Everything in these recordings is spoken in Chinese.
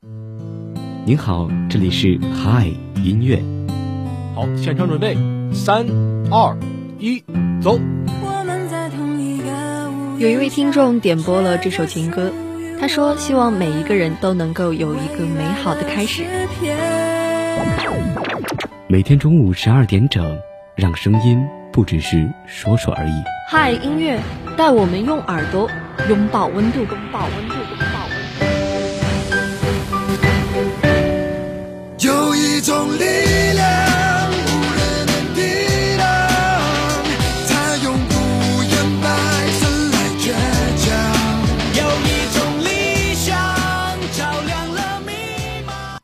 您好，这里是嗨音乐。 好，现场准备，3、2、1，走。 有一位听众点播了这首情歌，他说希望每一个人都能够有一个美好的开始。 每天中午12点整，让声音不只是说说而已。 嗨音乐，带我们用耳朵拥抱温度，拥抱温度，拥抱温度。有一种力量，无人能抵挡，它永不言败，怎来倔强？有一种理想，照亮了迷茫。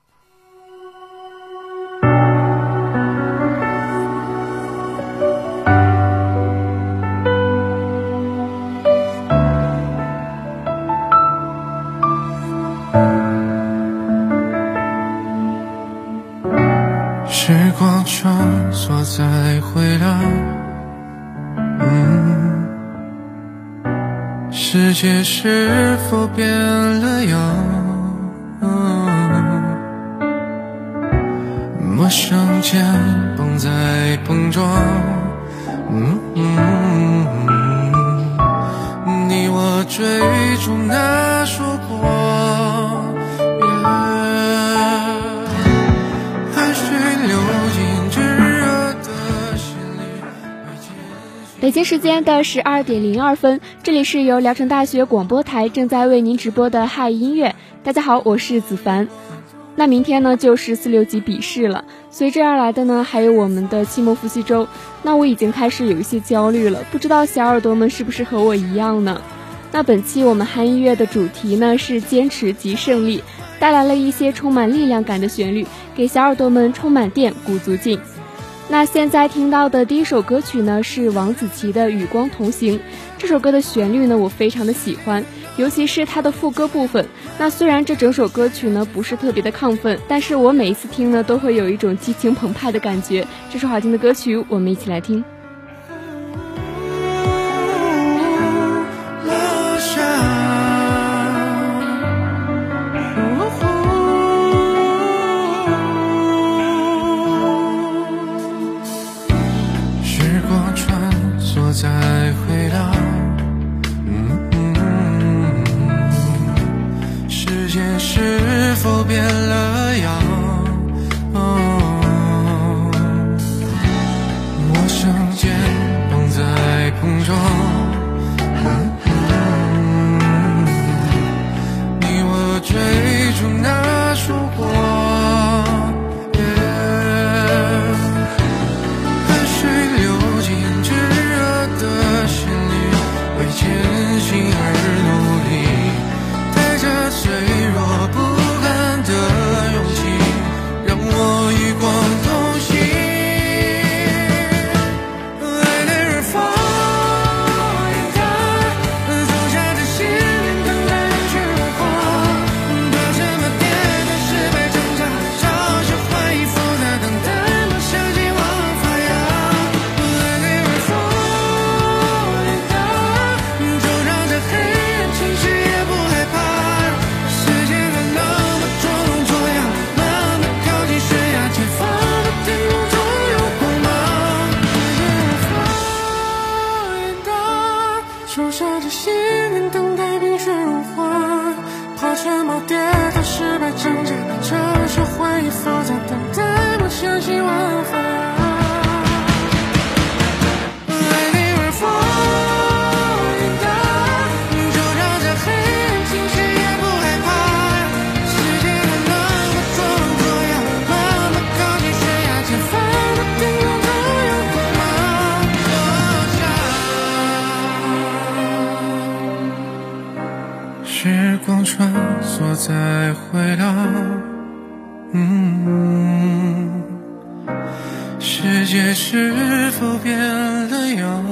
时光穿梭再回廊，世界是否变了样？陌生肩膀在碰撞，你我追逐那束光。 北京时间的12点02分，这里是由聊城大学广播台正在为您直播的嗨音乐。大家好，我是子凡。那明天呢就是4、6级笔试了，随之而来的呢还有我们的期末复习周。那我已经开始有一些焦虑了，不知道小耳朵们是不是和我一样呢？那本期我们嗨音乐的主题呢是坚持即胜利，带来了一些充满力量感的旋律，给小耳朵们充满电，鼓足劲。那现在听到的第一首歌曲呢是王子奇的《与光同行》。这首歌的旋律呢我非常的喜欢，尤其是它的副歌部分。那虽然这整首歌曲呢不是特别的亢奋，但是我每一次听呢都会有一种激情澎湃的感觉。这首好听的歌曲我们一起来听。 再回廊，世界是否变了样？陌生肩膀在碰撞，你我追逐那束光。前行而努力，带着脆弱不甘的勇气，让我与光同行。爱的日风一大，走下这心灵等待人去如火，怕什么跌倒失败挣扎，嘲笑怀疑复杂等待梦想希望发芽。爱的日风手上的心灵等待冰雪融化，怕什么跌倒失败挣扎，嘲笑怀疑复杂等待梦想希望发芽。爱你而风一大，就让这黑暗侵袭也不害怕，世界的那么多种多样，慢慢靠近悬崖前方的顶峰都有光芒。时光穿梭在回廊，世界是否变了样？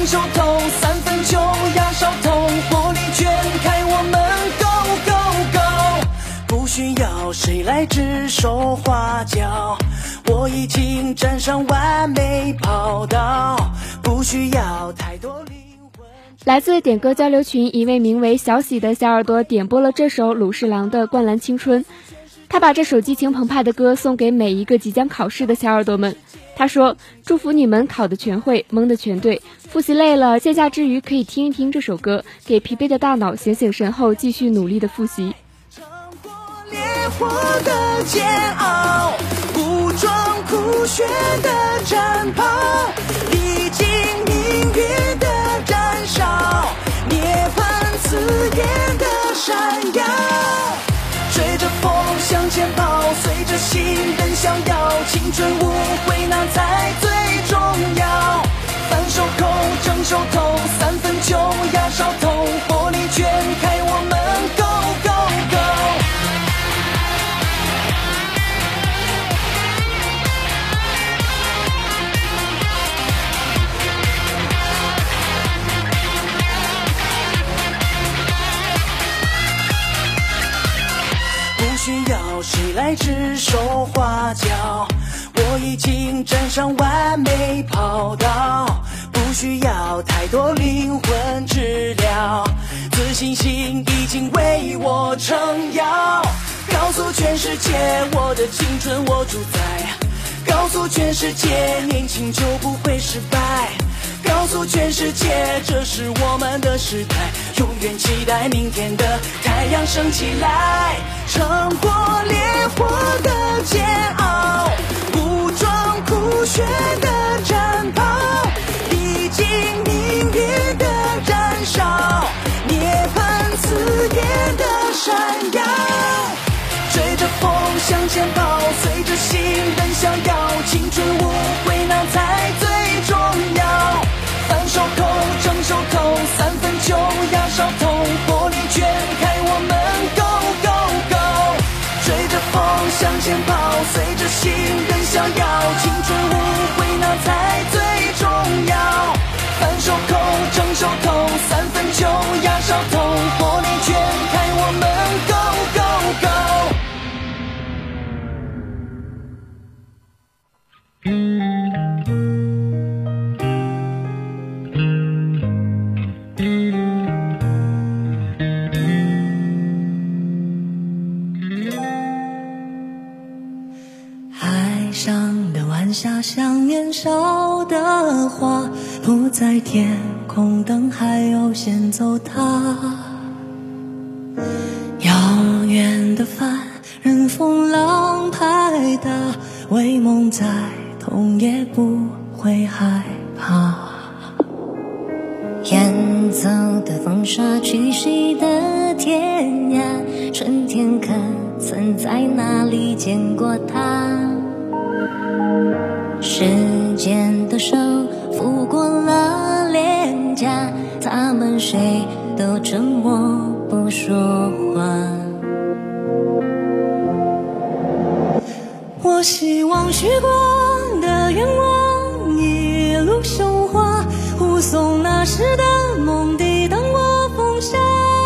争手头，3分球压哨头，火力全开，我们 Go Go Go， 不需要谁来指手画脚，我已经站上完美跑道，不需要太多灵魂。 来自点歌交流群一位名为小喜的小耳朵点播了这首鲁士郎的《灌篮青春》，他把这首激情澎湃的歌送给每一个即将考试的小耳朵们。他说，祝福你们考得全会，蒙得全对，复习累了线下之余可以听一听这首歌，给疲惫的大脑醒醒神后继续努力的复习。 烈火的煎熬，武装酷炫的战袍，历经命运的燃烧，涅槃刺眼的闪耀，追着风向前跑，随着心灯相摇，青春无悔那才最重要，反手扣正手头，3分球压哨头，火力全开，我们 Go Go Go。不需要谁来指手画脚，我已经站上完美跑道，不需要太多灵魂治疗，自信心已经为我撑腰，告诉全世界我的青春我主宰，告诉全世界年轻就不会失败，告诉全世界这是我们的时代，永远期待明天的太阳升起来，撑过烈火的煎熬，武装酷炫的战袍，历经命运的燃烧，涅槃刺眼的闪耀，追着风向前跑，随着心灯相摇，青春无悔那才最重要，反手扣正手头，3分球压哨头，火力全开，我们 Go Go Go， 追着风向前跑，随着心灯相摇，青春无悔那才最重要，反手扣正手头，3分球压哨头，火力全开，我们 Go Go Go。 海上的晚霞像年少的花，不在天空等还有先走它，遥远的帆任风浪拍打，为梦在痛也不会害怕， 远走的风沙去谁的天涯，春天可曾在哪里见过他，时间的手拂过了脸颊，他们谁都沉默不说话， 我希望许光的愿望一路升华，护送那时的梦抵挡我风沙，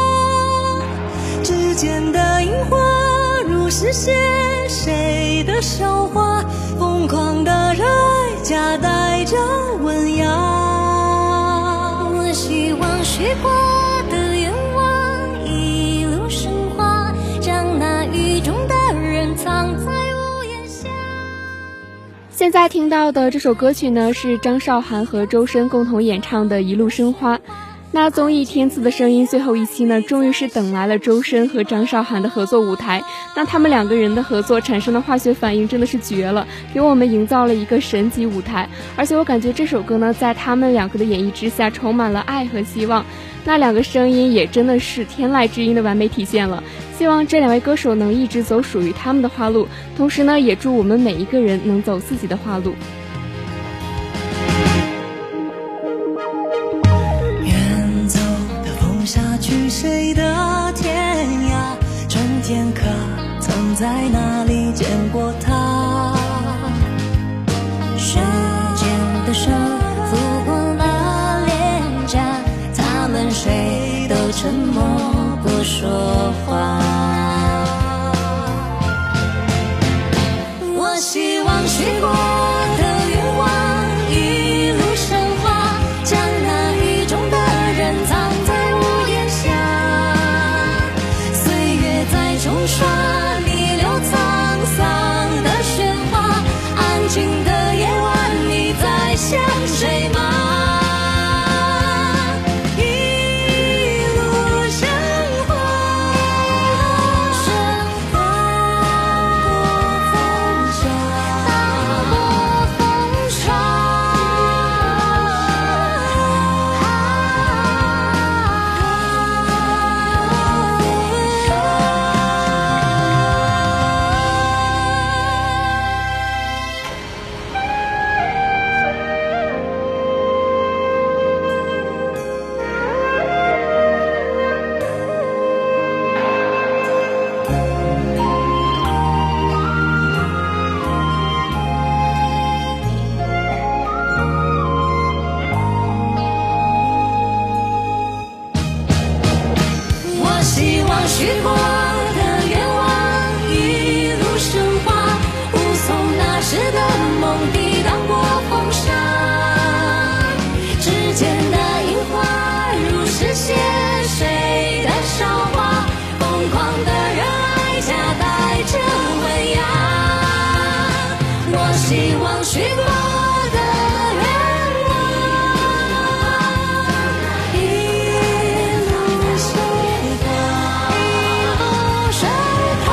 指尖的樱花如实现谁的韶华，疯狂的热爱夹带着温雅， 我希望许过的愿望一路升华，将那雨中的人藏在屋檐下。 现在听到的这首歌曲呢，是张韶涵和周深共同演唱的《一路生花》。那综艺《天赐的声音》最后一期呢，终于是等来了周深和张韶涵的合作舞台。那他们两个人的合作产生的化学反应真的是绝了，给我们营造了一个神级舞台。而且我感觉这首歌呢，在他们两个的演绎之下，充满了爱和希望。那两个声音也真的是天籁之音的完美体现了。希望这两位歌手能一直走属于他们的花路，同时呢，也祝我们每一个人能走自己的花路。 远走的风沙去谁的天涯，春天可曾在哪里见过他， 时间的手拂过了脸沉默不说话。我希望许过的愿望一路升华，将那雨中的人藏在屋檐下，岁月在冲刷逆流沧桑的喧哗，安静的夜晚你在想谁吗？许过的愿望一路升华，无从那时的梦抵挡过风沙，指尖的樱花如是写谁的韶华，疯狂的热爱夹带着温雅。我希望许过的愿望一路升华，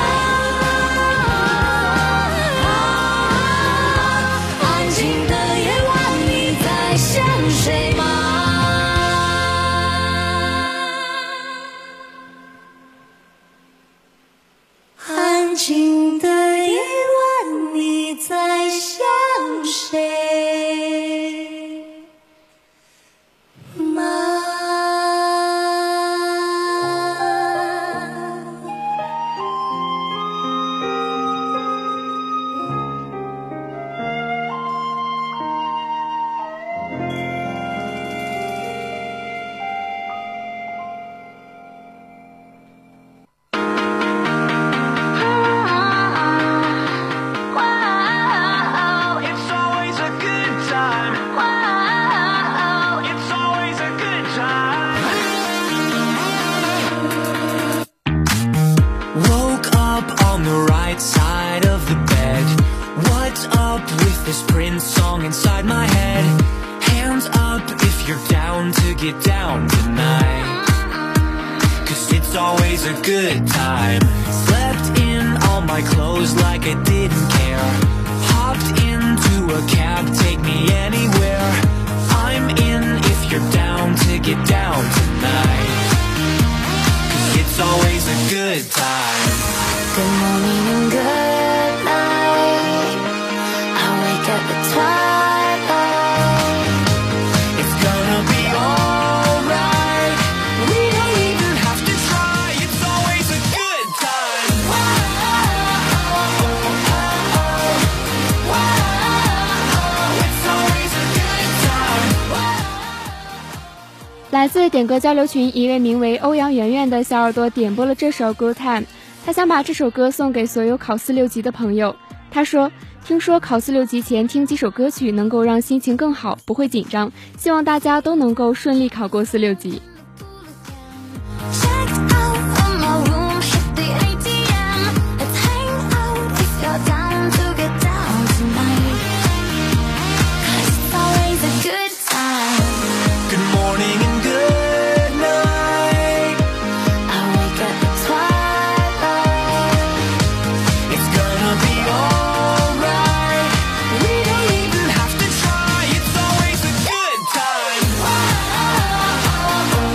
安静的夜晚你在想谁吗？安静的夜晚你在想谁吗？ Side of the bed, what's up with this Prince song inside my head? Hands up if you're down to get down tonight, 'cause it's always a good time. Slept in all my clothes like I didn't care, hopped into a cab, take me anywhere. I'm in if you're down to get down tonight, 'cause it's always a good time. Good morning and good night, I wake up at twilight. It's gonna be alright, we don't even have to try, it's always a good time. It's always a good time. 来自点歌交流群一位名为欧阳圆圆的小耳朵点播了这首 Good Time，他想把这首歌送给所有考4、6级的朋友。他说，听说考4、6级前听几首歌曲能够让心情更好，不会紧张，希望大家都能够顺利考过4、6级。 It's always a good time.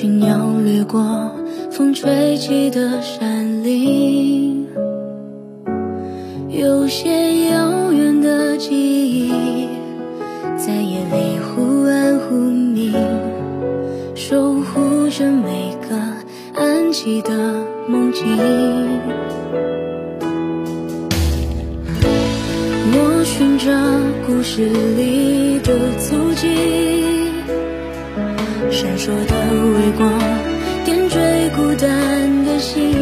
群鸟掠过风吹起的山林，有些遥远的记忆在夜里忽暗忽明，守护着每个安息的梦境。我寻找故事里的足迹，闪烁的微光点缀孤单的心，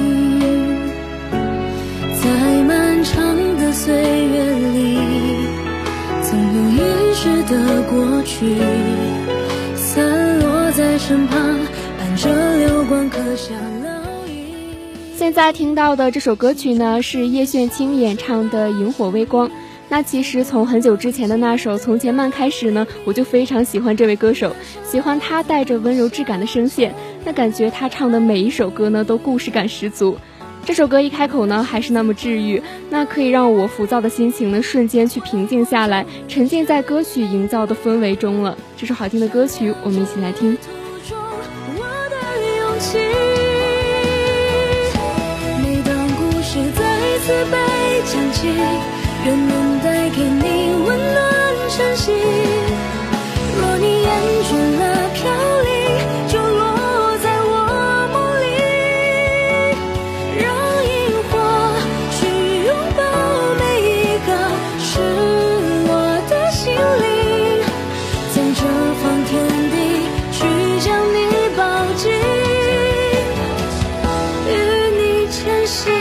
在漫长的岁月里，总有遗失的过去散落在身旁，伴着流光刻下烙印。 现在听到的这首歌曲呢，是叶炫清演唱的《萤火微光》。那其实从很久之前的那首《从前慢》开始呢，我就非常喜欢这位歌手，喜欢他带着温柔质感的声线，那感觉他唱的每一首歌呢都故事感十足。这首歌一开口呢还是那么治愈，那可以让我浮躁的心情呢瞬间去平静下来，沉浸在歌曲营造的氛围中了。这首好听的歌曲我们一起来听。 每当故事再次被讲起，愿能带给你温暖晨曦。若你厌倦了飘零，就落在我梦里，让萤火去拥抱每一个失落的心灵，在这方天地去将你抱紧，与你前行。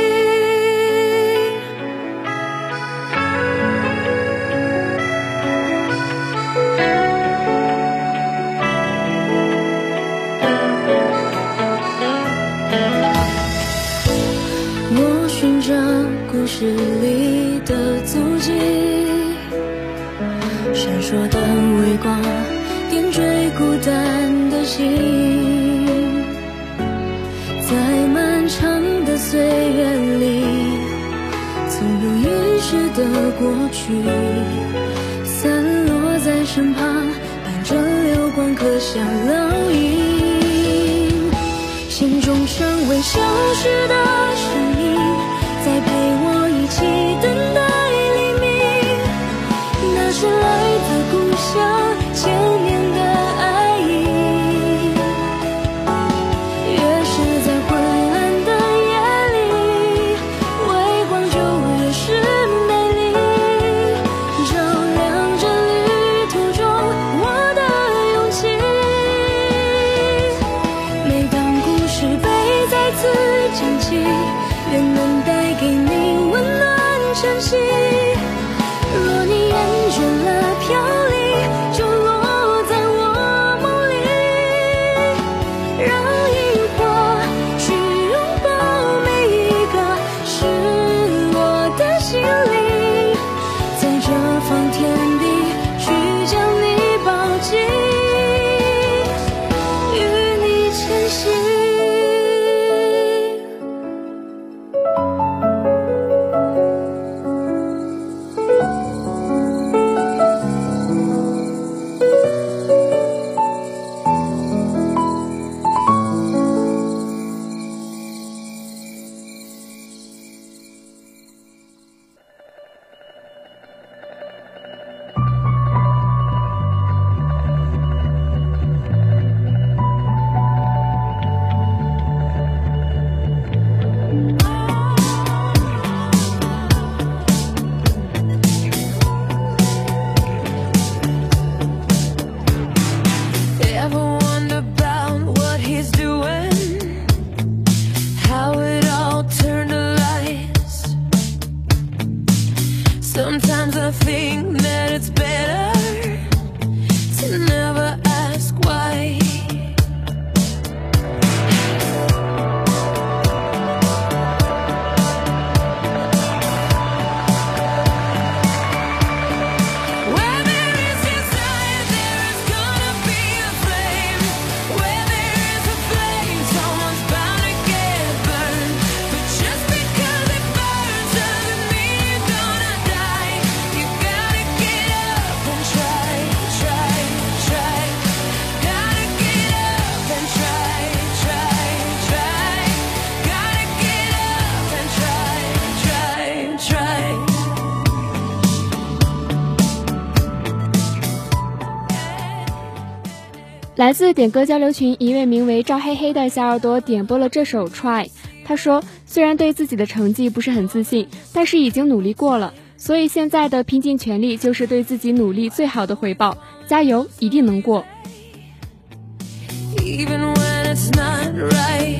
故事里的足迹，闪烁的微光点缀孤单的心，在漫长的岁月里，总有遗失的过去散落在身旁，伴着流光刻下烙印，心中尚未消失的声音，在陪我一起等待黎明，那是来自故乡千年的爱意，越是在昏暗的夜里，微光就越是美丽，照亮着旅途中我的勇气。每当故事被再次讲起， 来自点歌交流群一位名为赵黑黑的小耳朵点播了这首 Try。 他说，虽然对自己的成绩不是很自信，但是已经努力过了，所以现在的拼尽全力就是对自己努力最好的回报，加油，一定能过。 Even when it's not right.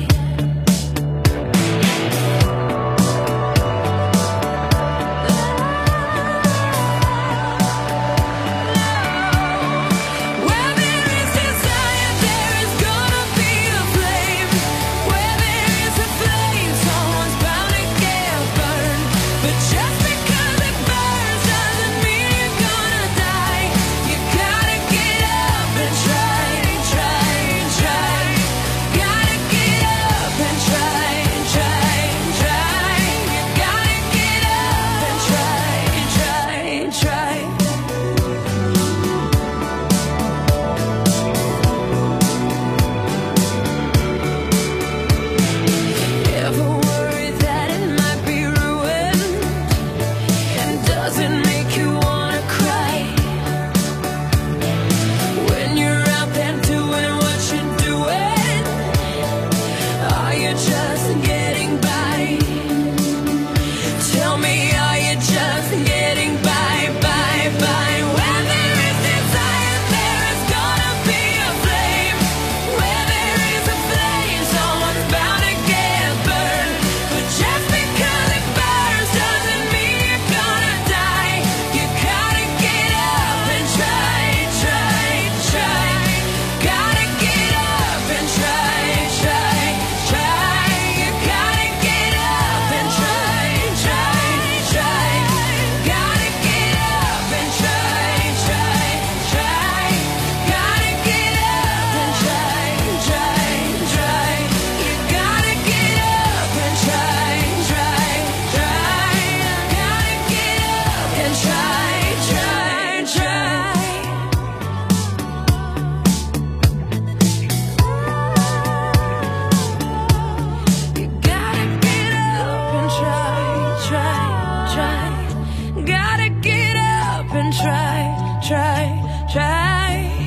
Try.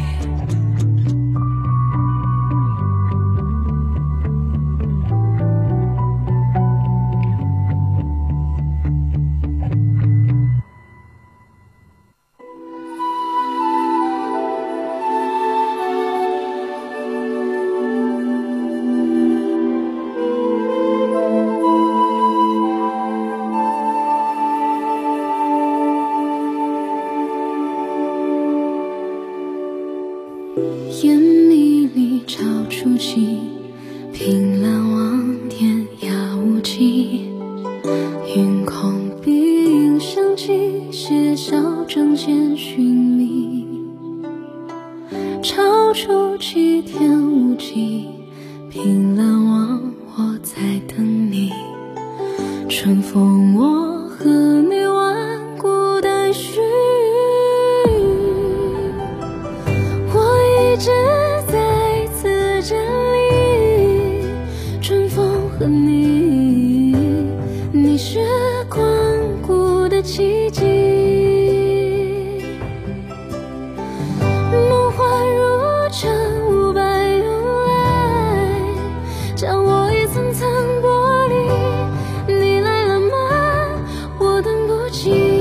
烟迷离潮初起，凭栏望天涯无际。云空碧影相继，写笑正见寻觅。潮初起天无际，凭栏望我在等你。春风我和你万古待续。一直在此站立，春风和你，你是光顾的奇迹。梦幻如尘，雾白如来，将我一层层剥离。你来了吗？我等不及。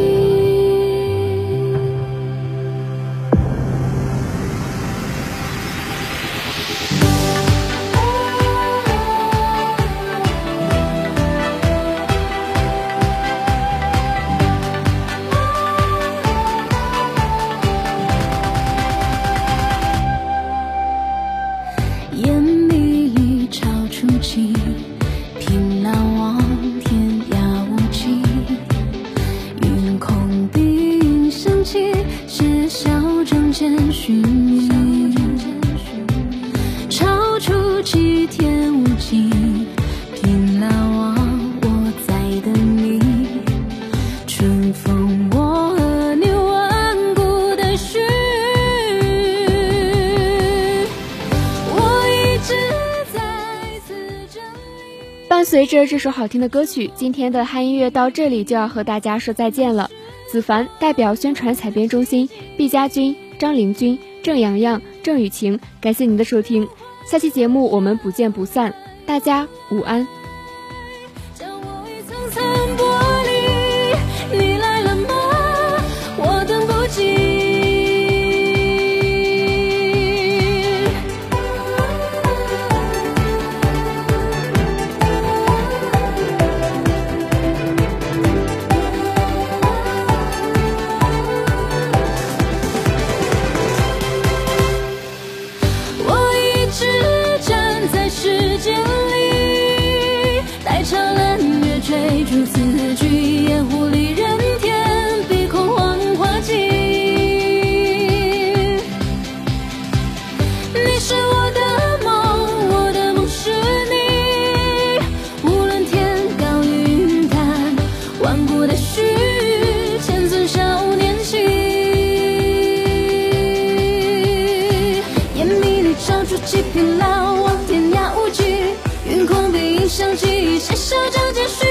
烟迷离潮初起，凭栏望天涯无际。云空碧影相继，写笑正见寻觅。潮初起天无际，凭栏望我在等你。春风我和你万古待续。 伴随着这首好听的歌曲，今天的汉音乐到这里就要和大家说再见了。子凡代表宣传采编中心、毕家军、张玲君、郑洋洋、 郑雨晴，感谢您的收听，下期节目我们不见不散，大家午安。 将我一层层剥离，你来了吗？我等不及。我一直站在时间里，待潮蓝月追逐字句，掩护离人天，鼻孔黄花季。你是我的梦，我的梦是你。无论天高云淡，顽固的须千尊少年气。眼迷里照出几匹老望天涯无际，云空笔影相机，写下这件事。